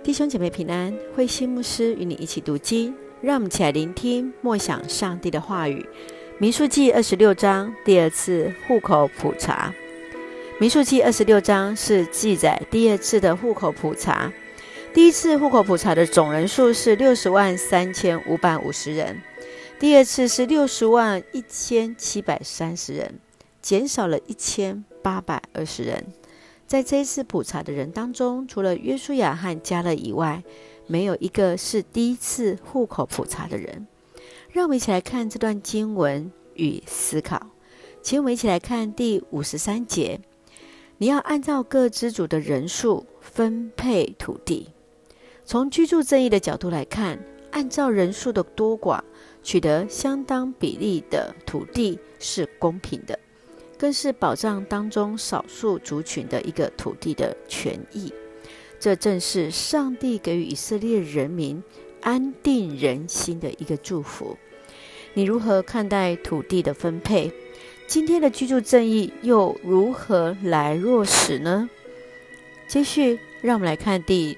弟兄姐妹平安，慧馨牧师与你一起读经，让我们一起来聆听默想上帝的话语。民数记26章第二次户口普查。民数记26章是记载第二次的户口普查。第一次户口普查的总人数是603550人，第二次是601730人，减少了1820人。在这一次普查的人当中，除了约书亚和迦勒以外，没有一个是第一次户口普查的人。让我们一起来看这段经文与思考。请我们一起来看第53节，你要按照各支族的人数分配土地。从居住正义的角度来看，按照人数的多寡取得相当比例的土地是公平的，更是保障当中少数族群的一个土地的权益。这正是上帝给予以色列人民安定人心的一个祝福。你如何看待土地的分配？今天的居住正义又如何来落实呢？接续让我们来看第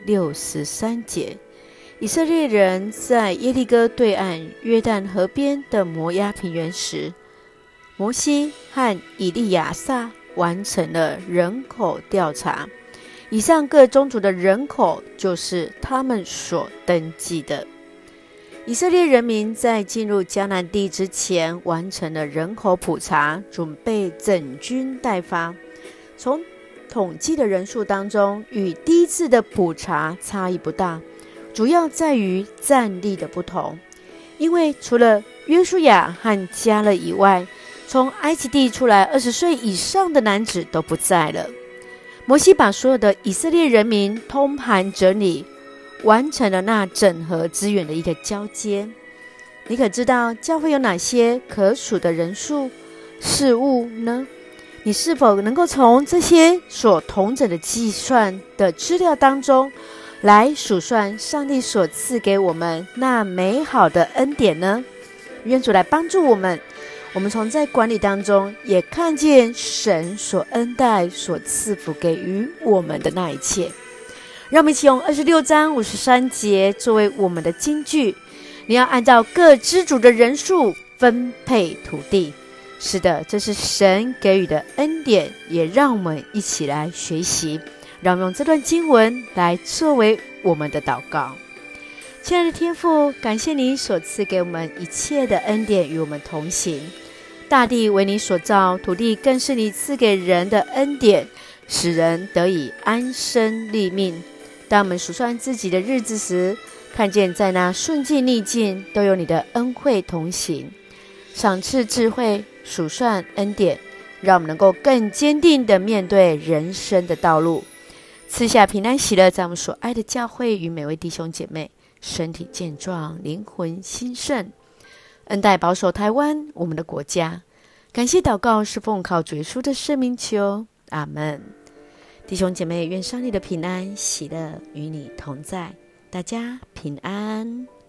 63节，以色列人在耶利哥对岸约旦河边的摩押平原时，摩西和以利亚撒完成了人口调查。以上各宗族的人口就是他们所登记的。以色列人民在进入迦南地之前完成了人口普查，准备整军待发。从统计的人数当中，与第一次的普查差异不大，主要在于战力的不同。因为除了约书亚和迦勒以外，从埃及地出来20岁以上的男子都不在了。摩西把所有的以色列人民通盘整理，完成了那整合资源的一个交接。你可知道教会有哪些可数的人数事物呢？你是否能够从这些所统整的计算的资料当中来数算上帝所赐给我们那美好的恩典呢？愿主来帮助我们，我们从在管理当中也看见神所恩待所赐福给予我们的那一切。让我们一起用26章53节作为我们的金句，你要按照各支族的人数分配土地。是的，这是神给予的恩典，也让我们一起来学习。让我们用这段经文来作为我们的祷告。亲爱的天父，感谢你所赐给我们一切的恩典与我们同行。大地为你所造，土地更是你赐给人的恩典，使人得以安身立命。当我们数算自己的日子时，看见在那顺境逆境都有你的恩惠同行，赏赐智慧，数算恩典，让我们能够更坚定地面对人生的道路。赐下平安喜乐，在我们所爱的教会与每位弟兄姐妹身体健壮，灵魂兴盛，恩待保守台湾我们的国家。感谢祷告是奉靠主耶稣的圣名求，阿们。弟兄姐妹，愿上帝的平安喜乐与你同在，大家平安。